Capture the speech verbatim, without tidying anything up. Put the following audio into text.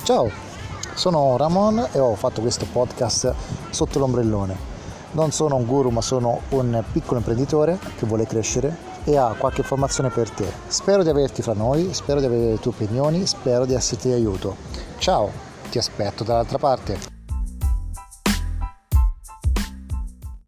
Ciao, sono Ramon e ho fatto questo podcast sotto l'ombrellone. Non sono un guru, ma sono un piccolo imprenditore che vuole crescere e ha qualche informazione per te. Spero di averti fra noi, spero di avere le tue opinioni, spero di esserti di aiuto. Ciao, ti aspetto dall'altra parte.